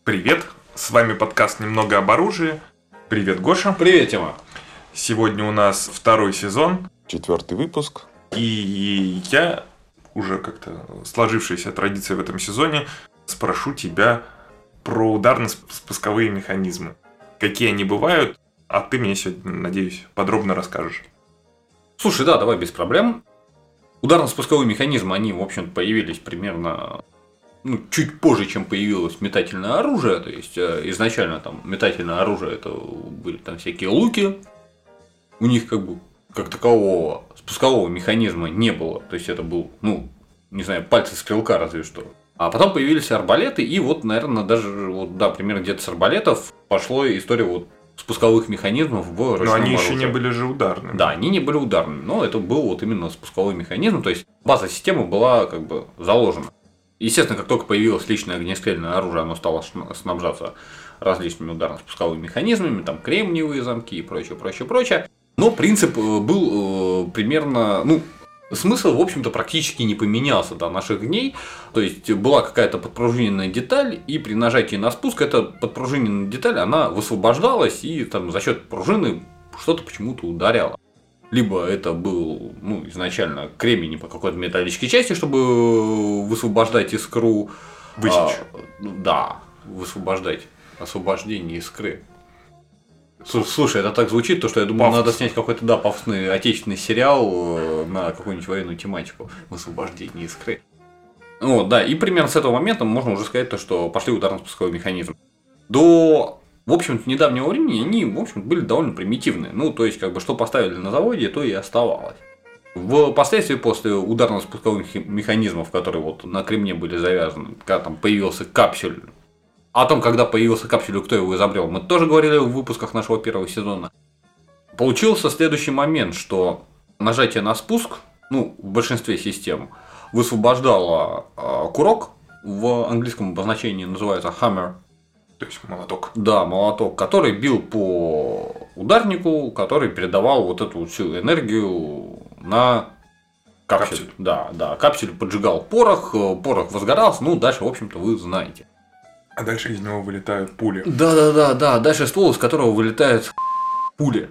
Привет, с вами подкаст «Немного об оружии». Привет, Гоша. Привет, Тима. Сегодня у нас второй сезон. 4-й выпуск. И я, уже как-то сложившаяся традиция в этом сезоне, спрошу тебя про ударно-спусковые механизмы. Какие они бывают, а ты мне сегодня, надеюсь, подробно расскажешь. Слушай, да, давай без проблем. Ударно-спусковые механизмы, они, в общем-то, появились примерно чуть позже, чем появилось метательное оружие. То есть, изначально там метательное оружие это были там всякие луки. У них как такового спускового механизма не было. То есть, это был, не знаю, пальцы стрелка разве что. А потом появились арбалеты, и вот, наверное, даже, примерно где-то с арбалетов пошла история спусковых механизмов в ручном Но они оружии. еще не были же ударными. Да, они не были ударными, но это был именно спусковой механизм, то есть база системы была заложена. Естественно, как только появилось личное огнестрельное оружие, оно стало снабжаться различными ударно-спусковыми механизмами, там кремниевые замки и прочее. Но принцип был примерно, смысл, в общем-то, практически не поменялся до наших дней. То есть была какая-то подпружиненная деталь, и при нажатии на спуск эта подпружиненная деталь, она высвобождалась, и там за счет пружины что-то почему-то ударяло. Либо это был изначально кремень по какой-то металлической части, чтобы высвобождать искру. Высечь. Да, высвобождать. Освобождение искры. Слушай, это так звучит, то что я думаю, надо снять какой-то пафосный отечественный сериал на какую-нибудь военную тематику. Высвобождение искры. И примерно с этого момента можно уже сказать, что пошли ударно-спусковые механизмы. До, в общем-то, недавнего времени они, в общем-то, были довольно примитивные. То есть, что поставили на заводе, то и оставалось. Впоследствии, после ударно-спусковых механизмов, которые на кремне были завязаны, когда там появился капсюль. О том, когда появился капсюль и кто его изобрел, мы тоже говорили в выпусках нашего первого сезона. Получился следующий момент, что нажатие на спуск, в большинстве систем, высвобождало курок, в английском обозначении называется hammer. То есть молоток. Да, молоток, который бил по ударнику, который передавал эту всю энергию на капсюль. Да, капсюль поджигал порох возгорался, дальше, в общем-то, вы знаете. А дальше из него вылетают пули. Да. Дальше ствол, из которого вылетают пули.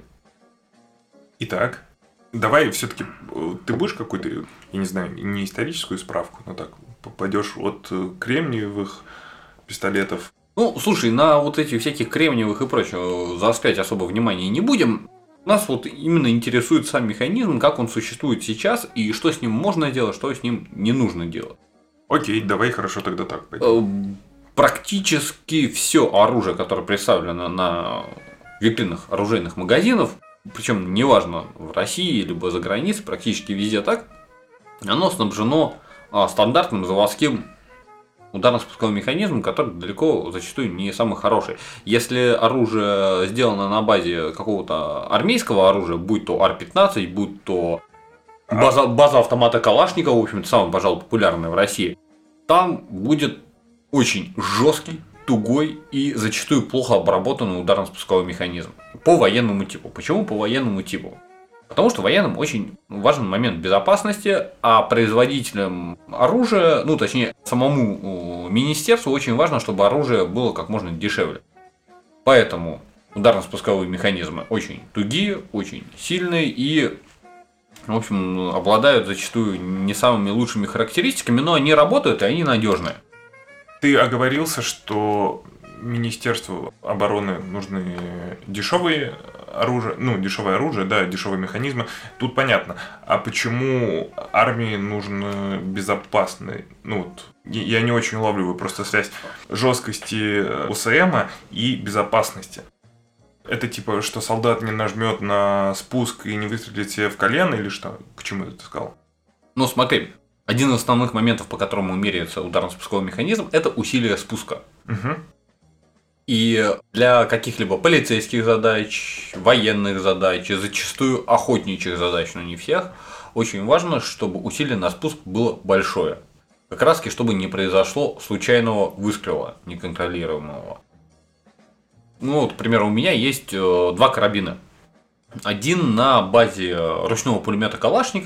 Итак, давай все-таки ты будешь какую-то, я не знаю, не историческую справку, но так попадешь от кремниевых пистолетов. Слушай, на этих всяких кремниевых и прочее заострять особо внимания не будем. Нас именно интересует сам механизм, как он существует сейчас и что с ним можно делать, что с ним не нужно делать. Окей, давай хорошо тогда так пойдем. Практически все оружие, которое представлено на витринах оружейных магазинов, причем неважно в России либо за границей, практически везде так, оно снабжено стандартным заводским ударно-спусковым механизмом, который далеко зачастую не самый хороший. Если оружие сделано на базе какого-то армейского оружия, будь то Ар-15, будь то база автомата Калашникова, в общем-то, самая, пожалуй, популярная в России, там будет очень жесткий, тугой и зачастую плохо обработанный ударно-спусковой механизм. По военному типу. Почему по военному типу? Потому что военным очень важен момент безопасности, а производителям оружия, точнее, самому министерству очень важно, чтобы оружие было как можно дешевле. Поэтому ударно-спусковые механизмы очень тугие, очень сильные и, в общем, обладают зачастую не самыми лучшими характеристиками, но они работают и они надежные. Ты оговорился, что Министерству обороны нужны дешевые оружие, дешевое оружие, да, дешевые механизмы. Тут понятно. А почему армии нужны безопасные? Я не очень улавливаю просто связь жесткости УСМ и безопасности. Это типа, что солдат не нажмет на спуск и не выстрелит себе в колено или что? К чему ты сказал? Смотри. Один из основных моментов, по которому меряется ударно-спусковой механизм, это усилие спуска. Угу. И для каких-либо полицейских задач, военных задач, зачастую охотничьих задач, но не всех, очень важно, чтобы усилие на спуск было большое. Как раз таки, чтобы не произошло случайного выстрела неконтролируемого. К примеру, у меня есть два карабина. Один на базе ручного пулемета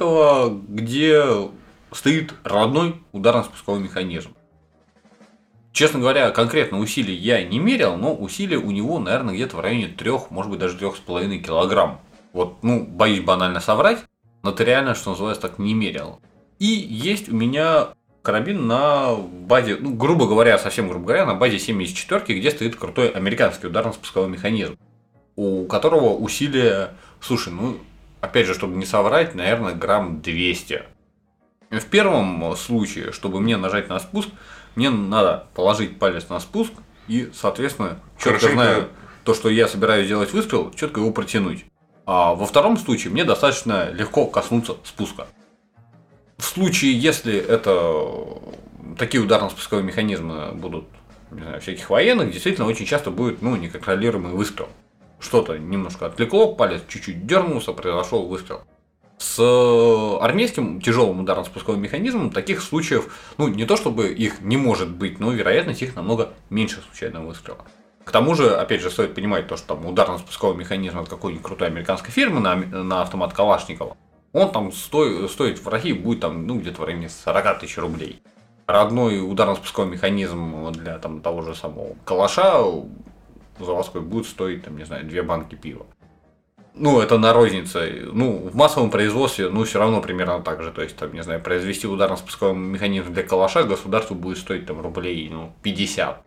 Калашникова, где стоит родной ударно-спусковой механизм. Честно говоря, конкретно усилий я не мерял, но усилия у него, наверное, где-то в районе 3, может быть, даже 3,5 килограмм. Вот, боюсь банально соврать, но ты реально, что называется, так не мерял. И есть у меня карабин на базе, грубо говоря, совсем грубо говоря, на базе 74, где стоит крутой американский ударно-спусковой механизм, у которого усилия, слушай, опять же, чтобы не соврать, наверное, грамм 200. В первом случае, чтобы мне нажать на спуск, мне надо положить палец на спуск и, соответственно, четко зная то, что я собираюсь сделать выстрел, четко его протянуть. А во втором случае мне достаточно легко коснуться спуска. В случае, если это такие ударно-спусковые механизмы будут, не знаю, всяких военных, действительно очень часто будет неконтролируемый выстрел. Что-то немножко отвлекло, палец чуть-чуть дернулся, произошел выстрел. С армейским тяжелым ударно-спусковым механизмом таких случаев, не то чтобы их не может быть, но вероятность их намного меньше случайного выстрела. К тому же, опять же, стоит понимать то, что там ударно-спусковой механизм от какой-нибудь крутой американской фирмы на автомат Калашникова, он там стоит в России будет где-то в районе 40 тысяч рублей. Родной ударно-спусковой механизм для того же самого Калаша заводской будет стоить, 2 банки пива. Это на рознице. В массовом производстве, все равно примерно так же. То есть, произвести ударно-спусковой механизм для Калаша государству будет стоить рублей 50.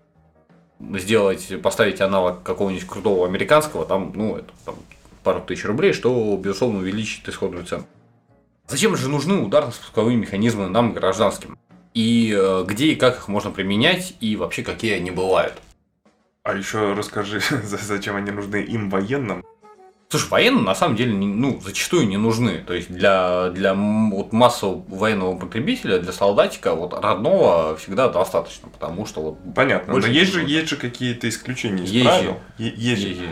Поставить аналог какого-нибудь крутого американского, это пару тысяч рублей, что, безусловно, увеличит исходную цену. Зачем же нужны ударно-спусковые механизмы нам, гражданским? И где и как их можно применять, и вообще какие они бывают? А еще расскажи, зачем они нужны им, военным? Слушай, военным на самом деле зачастую не нужны. То есть для массового военного потребителя, для солдатика родного всегда достаточно, потому что понятно, но есть же какие-то исключения из правил. Есть.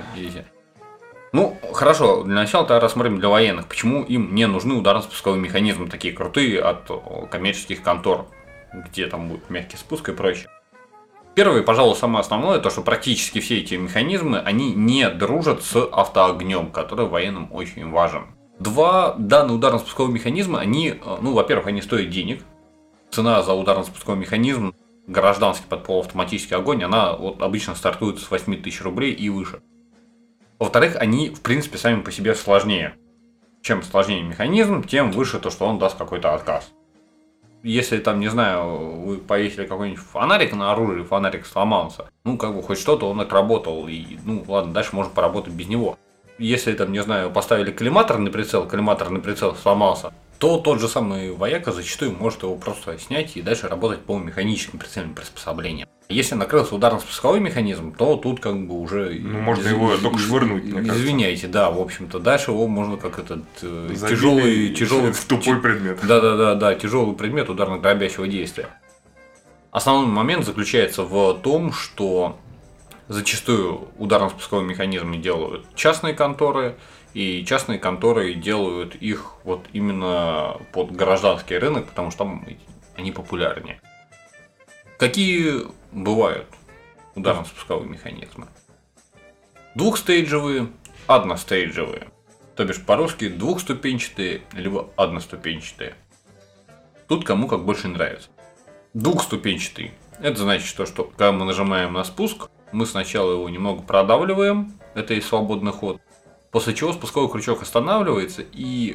Хорошо, для начала тогда рассмотрим для военных, почему им не нужны ударно-спусковые механизмы такие крутые от коммерческих контор, где там будет мягкий спуск и прочее. Первое, пожалуй, самое основное, то, что практически все эти механизмы, они не дружат с автоогнем, который военным очень важен. Данные ударно-спусковые механизмы, они, во-первых, они стоят денег. Цена за ударно-спусковой механизм, гражданский под полуавтоматический огонь, она обычно стартует с 8 тысяч рублей и выше. Во-вторых, они, в принципе, сами по себе сложнее. Чем сложнее механизм, тем выше то, что он даст какой-то отказ. Если вы повесили какой-нибудь фонарик на оружие, фонарик сломался, хоть что-то он отработал, и, ладно, дальше можно поработать без него. Если поставили коллиматор на прицел сломался, то тот же самый вояка зачастую может его просто снять и дальше работать по механическим прицельным приспособлениям. Если накрылся ударно-спусковой механизм, то тут уже... можно его только швырнуть, мне кажется. Извиняйте, да, в общем-то, дальше его можно как тяжелый... В тупой предмет. Да, тяжелый предмет ударно-дробящего действия. Основной момент заключается в том, что зачастую ударно-спусковые механизмы делают частные конторы, и частные конторы делают их именно под гражданский рынок, потому что там они популярнее. Какие бывают ударно-спусковые механизмы? Двухстейджевые, одностейджевые. То бишь по-русски двухступенчатые, либо одноступенчатые. Тут кому как больше нравится. Двухступенчатый. Это значит, что когда мы нажимаем на спуск, мы сначала его немного продавливаем, это и свободный ход. После чего спусковой крючок останавливается, и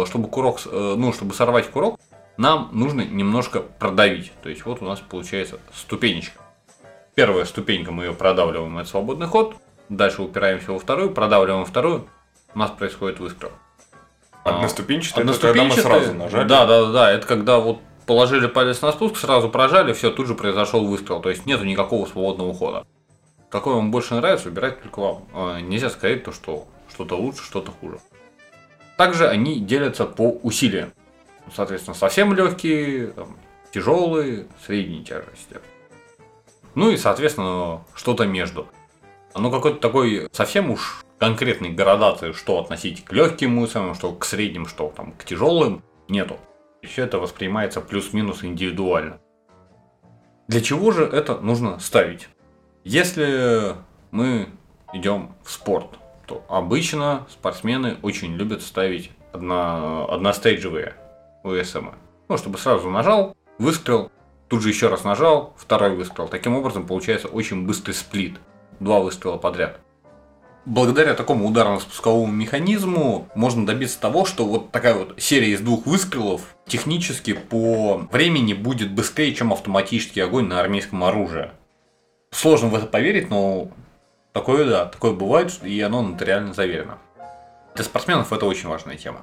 чтобы сорвать курок, нам нужно немножко продавить. То есть у нас получается ступенечка. Первая ступенька, мы ее продавливаем, это свободный ход. Дальше упираемся во вторую, продавливаем вторую, у нас происходит выстрел. Одноступенчатая, это когда мы сразу нажали? Да, это когда положили палец на спуск, сразу прожали, все, тут же произошел выстрел. То есть нету никакого свободного хода. Какой вам больше нравится, выбирать только вам. Нельзя сказать что что-то лучше, что-то хуже. Также они делятся по усилиям. Соответственно, совсем легкие, тяжелые, средней тяжести. И, соответственно, что-то между. Какой-то такой совсем уж конкретной градации, что относить к легким мусорам, что к средним, что к тяжелым, нету. Все это воспринимается плюс-минус индивидуально. Для чего же это нужно ставить? Если мы идем в спорт, то обычно спортсмены очень любят ставить одностейджевые УСМ. Чтобы сразу нажал, выстрел, тут же еще раз нажал, второй выстрел. Таким образом получается очень быстрый сплит. 2 выстрела подряд. Благодаря такому ударно-спусковому механизму можно добиться того, что вот такая вот серия из 2 выстрелов технически по времени будет быстрее, чем автоматический огонь на армейском оружии. Сложно в это поверить, но такое бывает, и оно нотариально заверено. Для спортсменов это очень важная тема.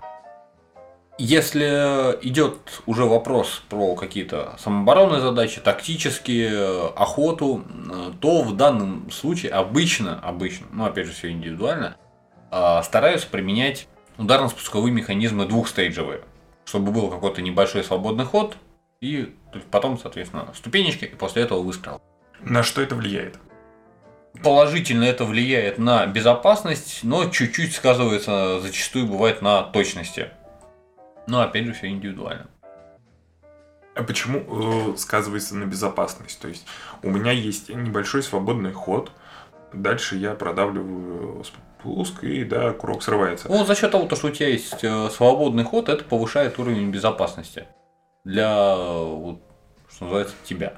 Если идет уже вопрос про какие-то самооборонные задачи, тактические, охоту, то в данном случае обычно, ну опять же все индивидуально, стараются применять ударно-спусковые механизмы двухстейджевые, чтобы был какой-то небольшой свободный ход и потом, соответственно, ступенечки и после этого выстрел. На что это влияет? Положительно это влияет на безопасность, но чуть-чуть сказывается, зачастую бывает на точности. Но опять же все индивидуально. А почему сказывается на безопасность? То есть у меня есть небольшой свободный ход, дальше я продавливаю спуск и да, курок срывается. Ну, за счет того, что у тебя есть свободный ход, это повышает уровень безопасности для, вот, что называется, тебя.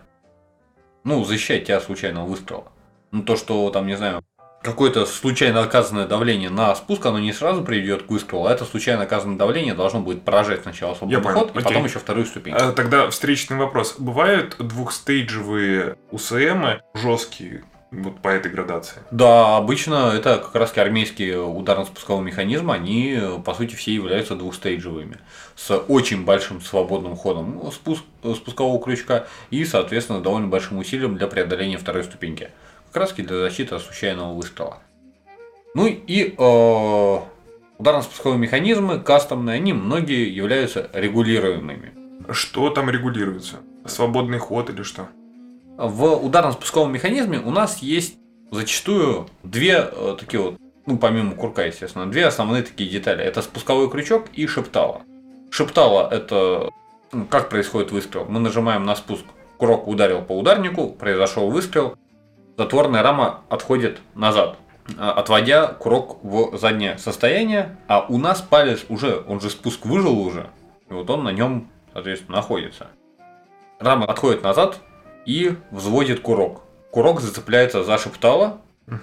Ну, защищает тебя от случайного выстрела. Ну, то, что там, не знаю, какое-то случайно оказанное давление на спуск, оно не сразу приведет к выстрелу, а это случайно оказанное давление должно будет поражать сначала свободный ход, и потом еще вторую ступень. Тогда встречный вопрос. Бывают двухстейджевые УСМы жесткие вот по этой градации? Да, обычно это как раз армейские ударно-спусковые механизмы, они по сути все являются двухстейджевыми, с очень большим свободным ходом спускового крючка и, соответственно, довольно большим усилием для преодоления второй ступеньки. Как раз для защиты от случайного выстрела. Ну и ударно-спусковые механизмы кастомные, они многие являются регулируемыми. Что там регулируется? Свободный ход или что? В ударно-спусковом механизме у нас есть зачастую две такие вот, ну помимо курка, естественно, две основные такие детали. Это спусковой крючок и шептало. Шептало — это как происходит выстрел. Мы нажимаем на спуск, курок ударил по ударнику, произошел выстрел. Затворная рама отходит назад, отводя курок в заднее состояние, а у нас палец уже, он же спуск выжил уже, и вот он на нем, соответственно, находится. Рама отходит назад и взводит курок. Курок зацепляется за шептало,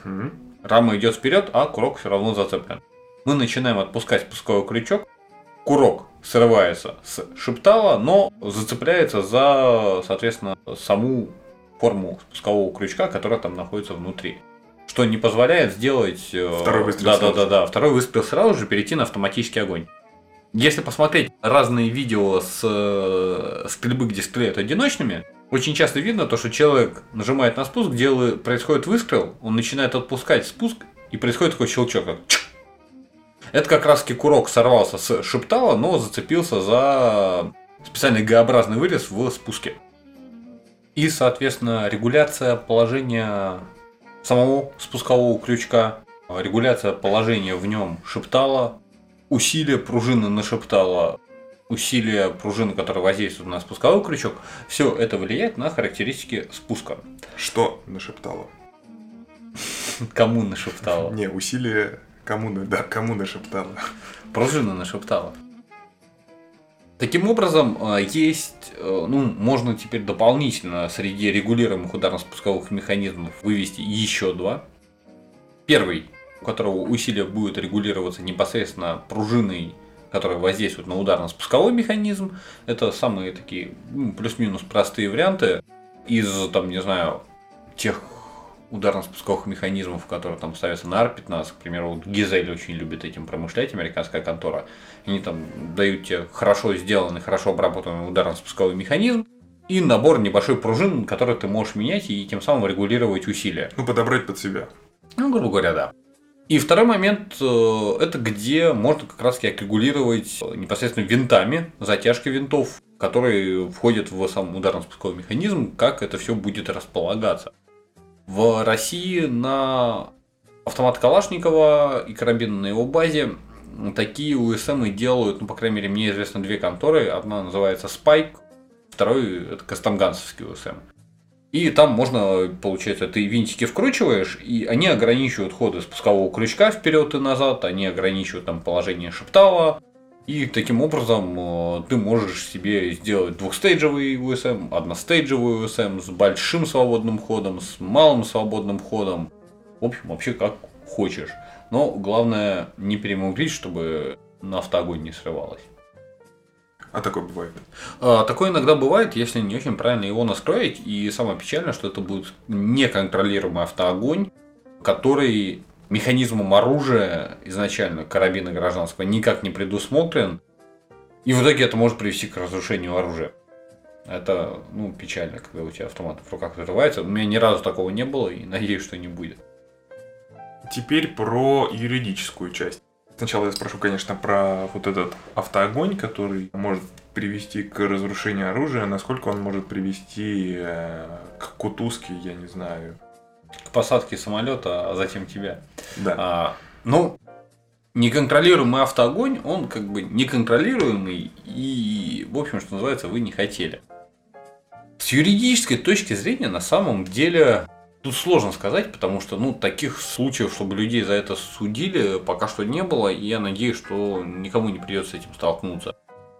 рама идет вперед, а курок все равно зацеплен. Мы начинаем отпускать спусковой крючок, курок срывается с шептала, но зацепляется за, соответственно, саму форму спускового крючка, которая там находится внутри. Что не позволяет сделать второй выстрел второй выстрел сразу же, перейти на автоматический огонь. Если посмотреть разные видео с стрельбы, где стреляют одиночными, очень часто видно то, что человек нажимает на спуск, происходит выстрел, он начинает отпускать спуск, и происходит такой щелчок. Это как раз курок сорвался с шептала, но зацепился за специальный Г-образный вырез в спуске. И, соответственно, регуляция положения самого спускового крючка, регуляция положения в нем шептала, усилие пружины на шептала, усилие пружины, которое воздействует на спусковой крючок, все это влияет на характеристики спуска. Что нашептало? Кому нашептало? Не, усилие кому нашептало? Пружина нашептала. Таким образом, есть, можно теперь дополнительно среди регулируемых ударно-спусковых механизмов вывести еще два. Первый, у которого усилие будет регулироваться непосредственно пружиной, которая воздействует на ударно-спусковой механизм. Это самые такие плюс-минус простые варианты из, там, не знаю, тех ударно-спусковых механизмов, которые там ставятся на Ар-15, к примеру, вот Гизель очень любит этим промышлять, американская контора. Они там дают тебе хорошо сделанный, хорошо обработанный ударно-спусковый механизм и набор небольшой пружин, который ты можешь менять и тем самым регулировать усилия. Подобрать под себя. Грубо говоря, да. И второй момент, это где можно как раз отрегулировать непосредственно винтами, затяжкой винтов, которые входят в сам ударно-спусковой механизм, как это все будет располагаться. В России на автомат Калашникова и карабин на его базе такие УСМы делают, по крайней мере, мне известно две конторы. Одна называется Spike, второй это кастомгансовский УСМ. И там можно, получается, ты винтики вкручиваешь, и они ограничивают ходы спускового крючка вперед и назад, они ограничивают там положение шептала, И таким образом ты можешь себе сделать двухстейджевый УСМ, одностейджевый УСМ с большим свободным ходом, с малым свободным ходом. В общем, вообще как хочешь. Но главное не перемуглить, чтобы на автоогонь не срывалось. А такое бывает? Такое иногда бывает, если не очень правильно его настроить. И самое печальное, что это будет неконтролируемый автоогонь, который механизмом оружия изначально карабина гражданского никак не предусмотрен. И в итоге это может привести к разрушению оружия. Это печально, когда у тебя автомат в руках взрывается. У меня ни разу такого не было и надеюсь, что не будет. Теперь про юридическую часть. Сначала я спрошу, конечно, про вот этот автоогонь, который может привести к разрушению оружия. Насколько он может привести к кутузке, я не знаю. К посадке самолета, а затем тебя. Да. Неконтролируемый автоогонь, он как бы неконтролируемый и, в общем, что называется, вы не хотели. С юридической точки зрения, на самом деле, тут сложно сказать, потому что таких случаев, чтобы людей за это судили, пока что не было, и я надеюсь, что никому не придется с этим столкнуться.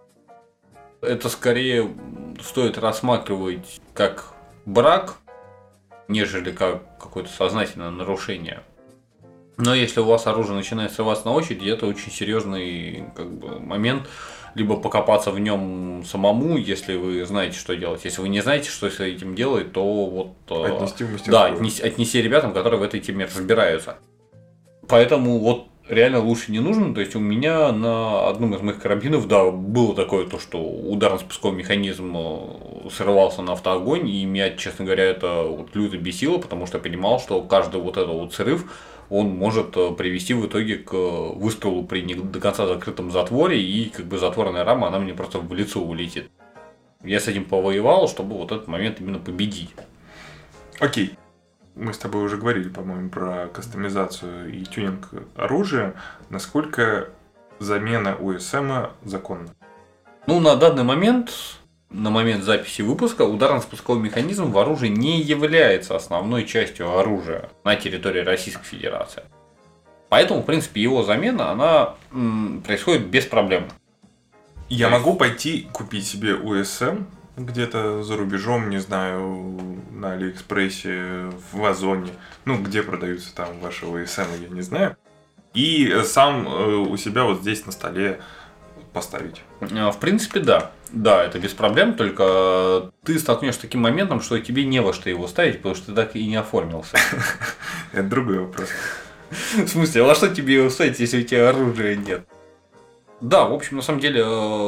Это скорее стоит рассматривать как брак, нежели как какое-то сознательное нарушение. Но если у вас оружие начинает срываться на очередь, это очень серьезный момент. Либо покопаться в нем самому, если вы знаете, что делать. Если вы не знаете, что с этим делать, то отнести в мастерскую. Да, отнеси ребятам, которые в этой теме разбираются. Поэтому реально лучше не нужно. То есть у меня на одном из моих карабинов, было такое, что ударно-спусковой механизм срывался на автоогонь, и меня, честно говоря, это люто бесило, потому что я понимал, что каждый этот срыв, он может привести в итоге к выстрелу при не до конца закрытом затворе, и затворная рама, она мне просто в лицо улетит. Я с этим повоевал, чтобы этот момент именно победить. Окей. Мы с тобой уже говорили, по-моему, про кастомизацию и тюнинг оружия. Насколько замена УСМ законна? На данный момент, на момент записи выпуска, ударно-спусковой механизм в оружии не является основной частью оружия на территории Российской Федерации. Поэтому, в принципе, его замена, она происходит без проблем. Я могу пойти купить себе УСМ где-то за рубежом, не знаю, на Алиэкспрессе, в Озоне, где продаются там ваши УСМ, я не знаю, и сам у себя здесь на столе поставить. В принципе, да. Да, это без проблем, только ты столкнешься с таким моментом, что тебе не во что его ставить, потому что ты так и не оформился. Это другой вопрос. В смысле, а во что тебе его ставить, если у тебя оружия нет? Да, в общем, на самом деле,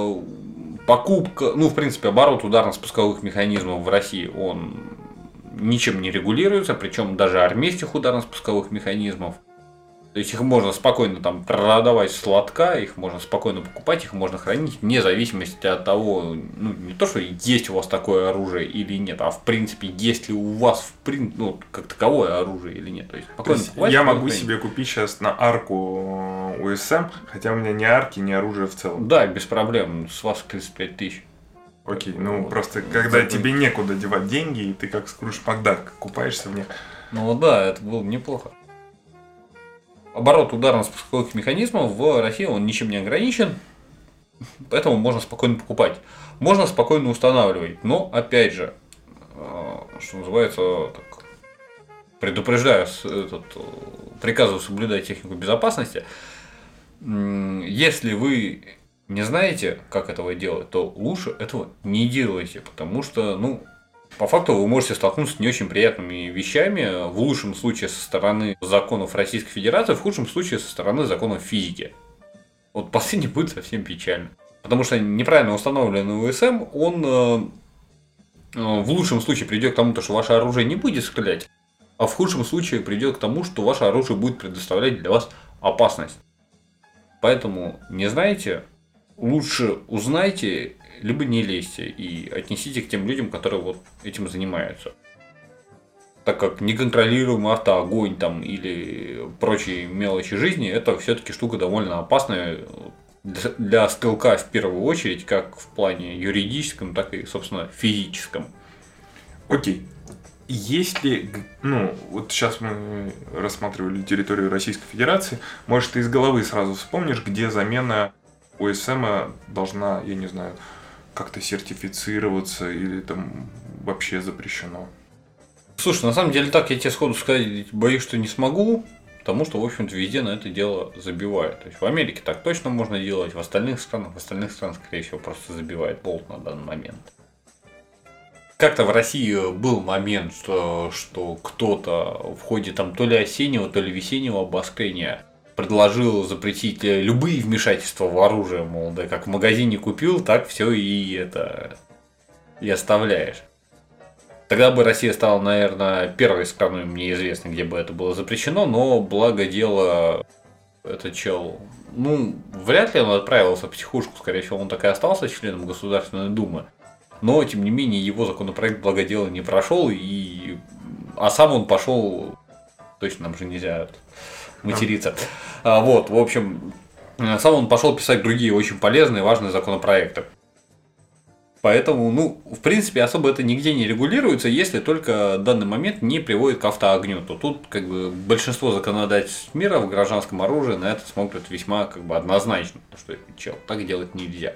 покупка, в принципе, оборот ударно-спусковых механизмов в России, он ничем не регулируется, причем даже армейских ударно-спусковых механизмов. То есть их можно спокойно продавать с лотка, их можно спокойно покупать, их можно хранить вне зависимости от того, не то, что есть у вас такое оружие или нет, а в принципе, есть ли у вас как таковое оружие или нет. То есть, я могу себе купить сейчас на арку УСМ, хотя у меня ни арки, ни оружия в целом. Да, без проблем, с вас 35 тысяч. Окей, просто когда тебе некуда девать деньги, и ты как Скрудж Макдак купаешься в них. Да, это было неплохо. Оборот ударно-спусковых механизмов в России он ничем не ограничен, поэтому можно спокойно покупать. Можно спокойно устанавливать, но опять же, что называется, предупреждаю, приказываю соблюдать технику безопасности. Если вы не знаете, как этого делать, то лучше этого не делайте, потому что, по факту вы можете столкнуться с не очень приятными вещами, в лучшем случае со стороны законов Российской Федерации, в худшем случае со стороны законов физики. Последний будет совсем печально. Потому что неправильно установленный УСМ, он в лучшем случае придет к тому, что ваше оружие не будет стрелять, а в худшем случае придет к тому, что ваше оружие будет предоставлять для вас опасность. Поэтому не знаете, лучше узнайте, либо не лезьте и отнесите к тем людям, которые этим занимаются. Так как неконтролируемый автоогонь или прочие мелочи жизни, это все-таки штука довольно опасная для стрелка в первую очередь, как в плане юридическом, так и, собственно, физическом. Окей. Если, сейчас мы рассматривали территорию Российской Федерации, может, ты из головы сразу вспомнишь, где замена ОСМ должна, я не знаю, как-то сертифицироваться или там вообще запрещено? Слушай, на самом деле так я тебе сходу сказать боюсь, что не смогу, потому что, в общем-то, везде на это дело забивают. То есть в Америке так точно можно делать, в остальных странах, скорее всего, просто забивает болт на данный момент. Как-то в России был момент, что кто-то в ходе там то ли осеннего, то ли весеннего обострения предложил запретить любые вмешательства в оружие, мол, да, как в магазине купил, так все и оставляешь. Тогда бы Россия стала, наверное, первой страной, мне известно, где бы это было запрещено, но благо дело, этот чел, вряд ли он отправился в психушку, скорее всего, он так и остался членом Государственной Думы. Но, тем не менее, его законопроект благо дело не прошел, а сам он пошел, точно нам же нельзя материться. Вот, в общем, сам он пошел писать другие очень полезные, важные законопроекты. Поэтому, в принципе, особо это нигде не регулируется, если только данный момент не приводит к автоогню. То тут, большинство законодательств мира в гражданском оружии на это смотрят весьма, однозначно, что чел, так делать нельзя.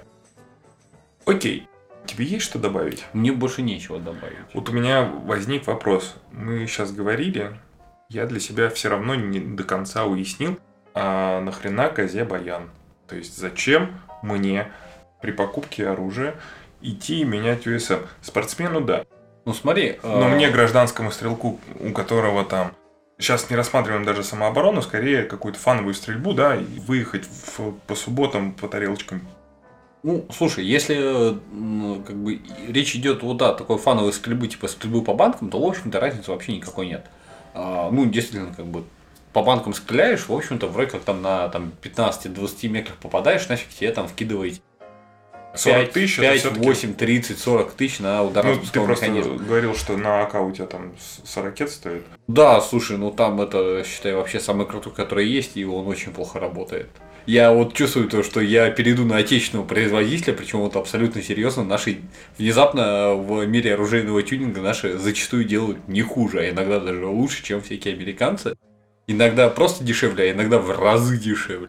Окей. Тебе есть что добавить? Мне больше нечего добавить. Вот у меня возник вопрос. Мы сейчас говорили, я для себя все равно не до конца уяснил, а нахрена козе баян? То есть зачем мне при покупке оружия идти и менять УСМ? Спортсмену да. Смотри. Но мне, гражданскому стрелку, у которого там... Сейчас не рассматриваем даже самооборону, скорее какую-то фановую стрельбу, да, и выехать по субботам по тарелочкам. Слушай, если речь идет такой фановой стрельбы, типа стрельбы по банкам, то, в общем-то, разницы вообще никакой нет. Действительно, по банкам стреляешь, в общем-то, вроде как там на 15-20 метрах попадаешь, нафиг тебе там вкидывать 40 тысяч, 5, 8, 30, 40 тысяч на ударно-спусковой механизм. Ты просто говорил, что на АК у тебя там 40 стоит. Да, слушай, там это, считай, вообще самый крутой, который есть, и он очень плохо работает. Я чувствую то, что я перейду на отечественного производителя, причем абсолютно серьезно. Наши внезапно в мире оружейного тюнинга наши зачастую делают не хуже, а иногда даже лучше, чем всякие американцы. Иногда просто дешевле, а иногда в разы дешевле.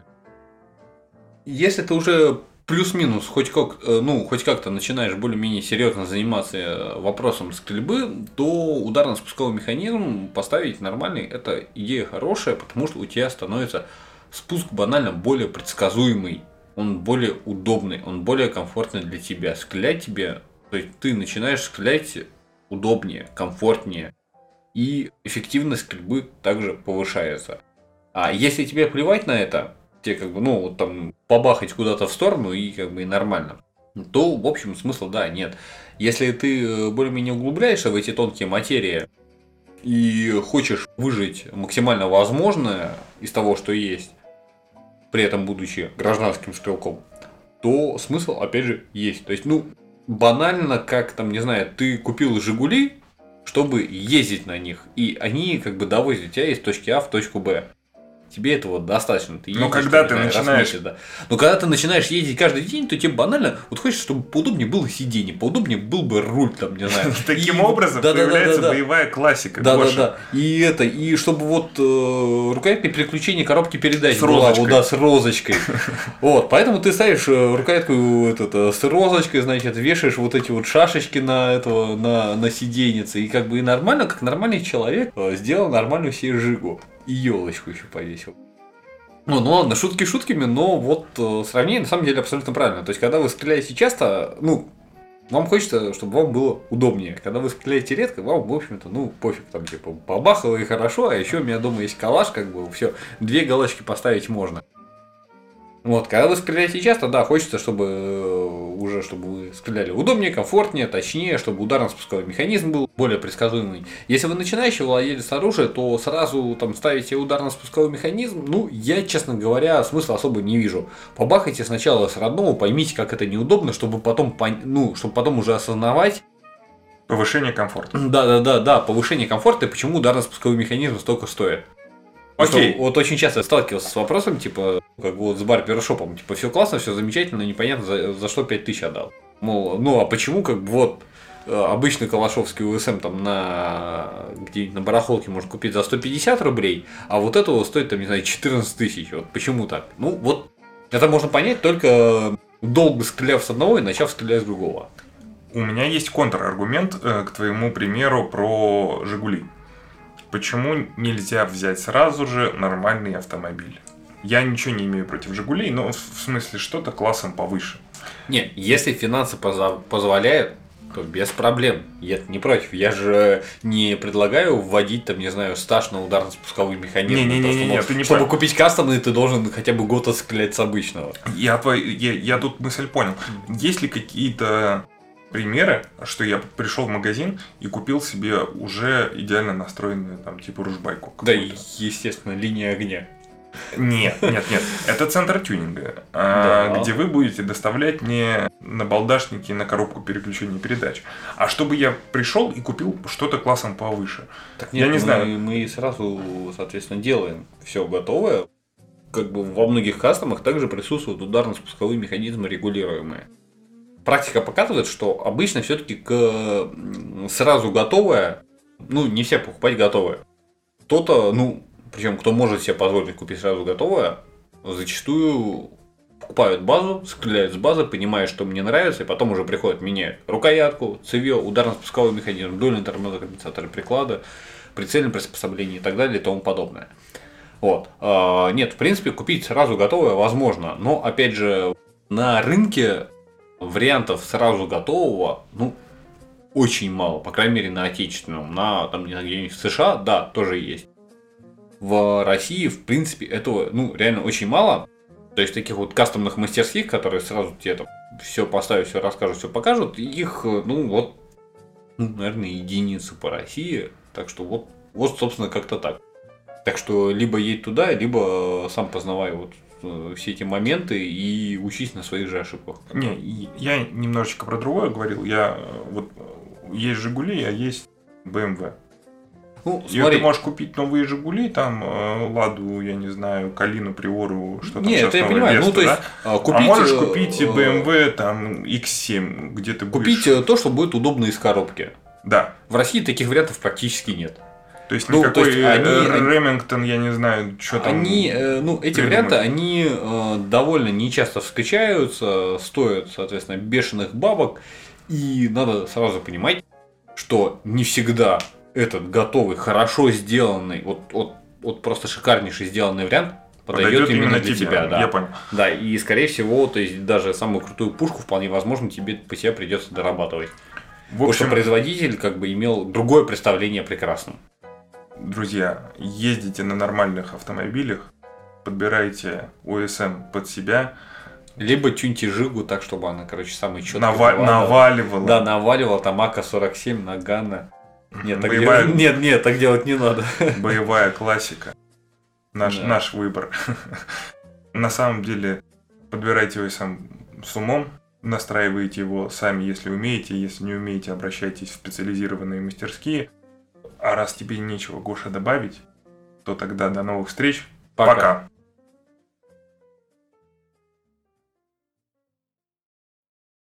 Если ты уже плюс-минус хоть как-то начинаешь более-менее серьезно заниматься вопросом стрельбы, то ударно-спусковой механизм поставить нормальный – это идея хорошая, потому что у тебя становится спуск банально более предсказуемый, он более удобный, он более комфортный для тебя. Стрелять тебе, то есть ты начинаешь стрелять удобнее, комфортнее, и эффективность стрельбы также повышается. А если тебе плевать на это, тебе побахать куда-то в сторону и нормально, то, в общем, смысла нет. Если ты более-менее углубляешься в эти тонкие материи и хочешь выжить максимально возможное из того, что есть, при этом будучи гражданским стрелком, то смысл, опять же, есть. То есть, банально, ты купил «Жигули», чтобы ездить на них, и они довозят тебя из точки А в точку Б. Тебе этого достаточно. Но когда ты начинаешь... Но когда ты начинаешь ездить каждый день, то тебе банально хочется, чтобы поудобнее было сиденье, поудобнее был бы руль, Таким образом появляется боевая классика. Да. И чтобы рукоятное переключение коробки передач было с розочкой. Поэтому ты ставишь рукоятку с розочкой, вешаешь эти шашечки на сиденьце, и и нормально, как нормальный человек, сделал нормальную себе жигу. И елочку еще повесил. Ладно, шутки шутками, но сравнение на самом деле абсолютно правильно. То есть, когда вы стреляете часто, вам хочется, чтобы вам было удобнее. Когда вы стреляете редко, вам, в общем-то, пофиг, побахало и хорошо, а еще у меня дома есть калаш, все, 2 галочки поставить можно. Когда вы стреляете часто, да, хочется, чтобы вы стреляли удобнее, комфортнее, точнее, чтобы ударно-спусковой механизм был более предсказуемый. Если вы начинающий владелец оружия, то сразу ставите ударно-спусковой механизм, я, честно говоря, смысла особо не вижу. Побахайте сначала с родного, поймите, как это неудобно, чтобы потом уже осознавать. Повышение комфорта. Да, повышение комфорта, и почему ударно-спусковой механизм столько стоит. Окей. Очень часто сталкивался с вопросом, с барбершопом, все классно, все замечательно, но непонятно, за что 5000 отдал. Мол, а почему, обычный калашовский УСМ где-нибудь на барахолке можно купить за 150 рублей, а этого стоит, 14 тысяч, почему так? Это можно понять только долго стреляв с одного и начав стрелять с другого. У меня есть контраргумент к твоему примеру про «Жигули». Почему нельзя взять сразу же нормальный автомобиль? Я ничего не имею против «Жигулей», но в смысле что-то классом повыше. Не, если финансы позволяют, то без проблем. Я не против. Я же не предлагаю вводить, там, не знаю, стаж на ударно-спусковой механизм. Не, ты не чтобы понял. купить кастомный, ты должен хотя бы год отстрелять с обычного. Я тут мысль понял. Есть ли какие-то примеры, что я пришел в магазин и купил себе уже идеально настроенную, там, типа ружбайку? Да, естественно, линия огня. Нет. Это центр тюнинга, Да. где вы будете доставлять не набалдашники на коробку переключения передач, а чтобы я пришел и купил что-то классом повыше. Так нет, я не знаю. Мы сразу, соответственно, делаем все готовое. Как бы во многих кастомах также присутствуют ударно-спусковые механизмы регулируемые. Практика показывает, что обычно все-таки сразу готовое, не все покупать готовое. Кто-то, причем кто может себе позволить купить сразу готовое, зачастую покупают базу, стреляют с базы, понимая, что мне нравится, и потом уже приходят, меняют рукоятку, цевьё, ударно-спусковой механизм, дульный тормозокомпенсатор приклада, прицельное приспособление и так далее и тому подобное. Вот. Нет, в принципе, купить сразу готовое возможно, но опять же на рынке вариантов сразу готового, очень мало, по крайней мере на отечественном, где-нибудь в США, да, тоже есть. В России, в принципе, этого, реально очень мало. То есть таких вот кастомных мастерских, которые сразу тебе там все поставят, все расскажут, все покажут, их, наверное, единицы по России. Так что вот, собственно, как-то так. Так что либо едь туда, либо сам познавай все эти моменты и учись на своих же ошибках. Не, я немножечко про другое говорил. Есть «Жигули», а есть BMW. И Смотри. ты можешь купить новые «Жигули», там, «Ладу», я не знаю, «Калину», «Приору», что там Нет, сейчас это я новое, понимаю. «Весту», То есть, да? купить, а можешь купить BMW, там, X7, где ты будешь... Купить то, что будет удобно из коробки. Да. В России таких вариантов практически нет. То есть никакой Ремингтон, я не знаю, что там. Эти варианты, они довольно нечасто встречаются, стоят, соответственно, бешеных бабок. И надо сразу понимать, что не всегда этот готовый, хорошо сделанный, вот просто шикарнейший сделанный вариант подойдет именно для тебя. Да. Я понял. Да, и скорее всего, то есть даже самую крутую пушку вполне возможно тебе по себе придется дорабатывать. Потому что производитель имел другое представление о прекрасном. Друзья, ездите на нормальных автомобилях, подбирайте ОСМ под себя. Либо тюньте Жигу так, чтобы она, самый четкий наваливала. Да, наваливала там АК-47, Нагана. Нет, так делать не надо. Боевая классика. Наш выбор. На самом деле, подбирайте ОСМ с умом, настраивайте его сами, если умеете. Если не умеете, обращайтесь в специализированные мастерские. А раз тебе нечего, Гоша, добавить, то тогда до новых встреч. Пока.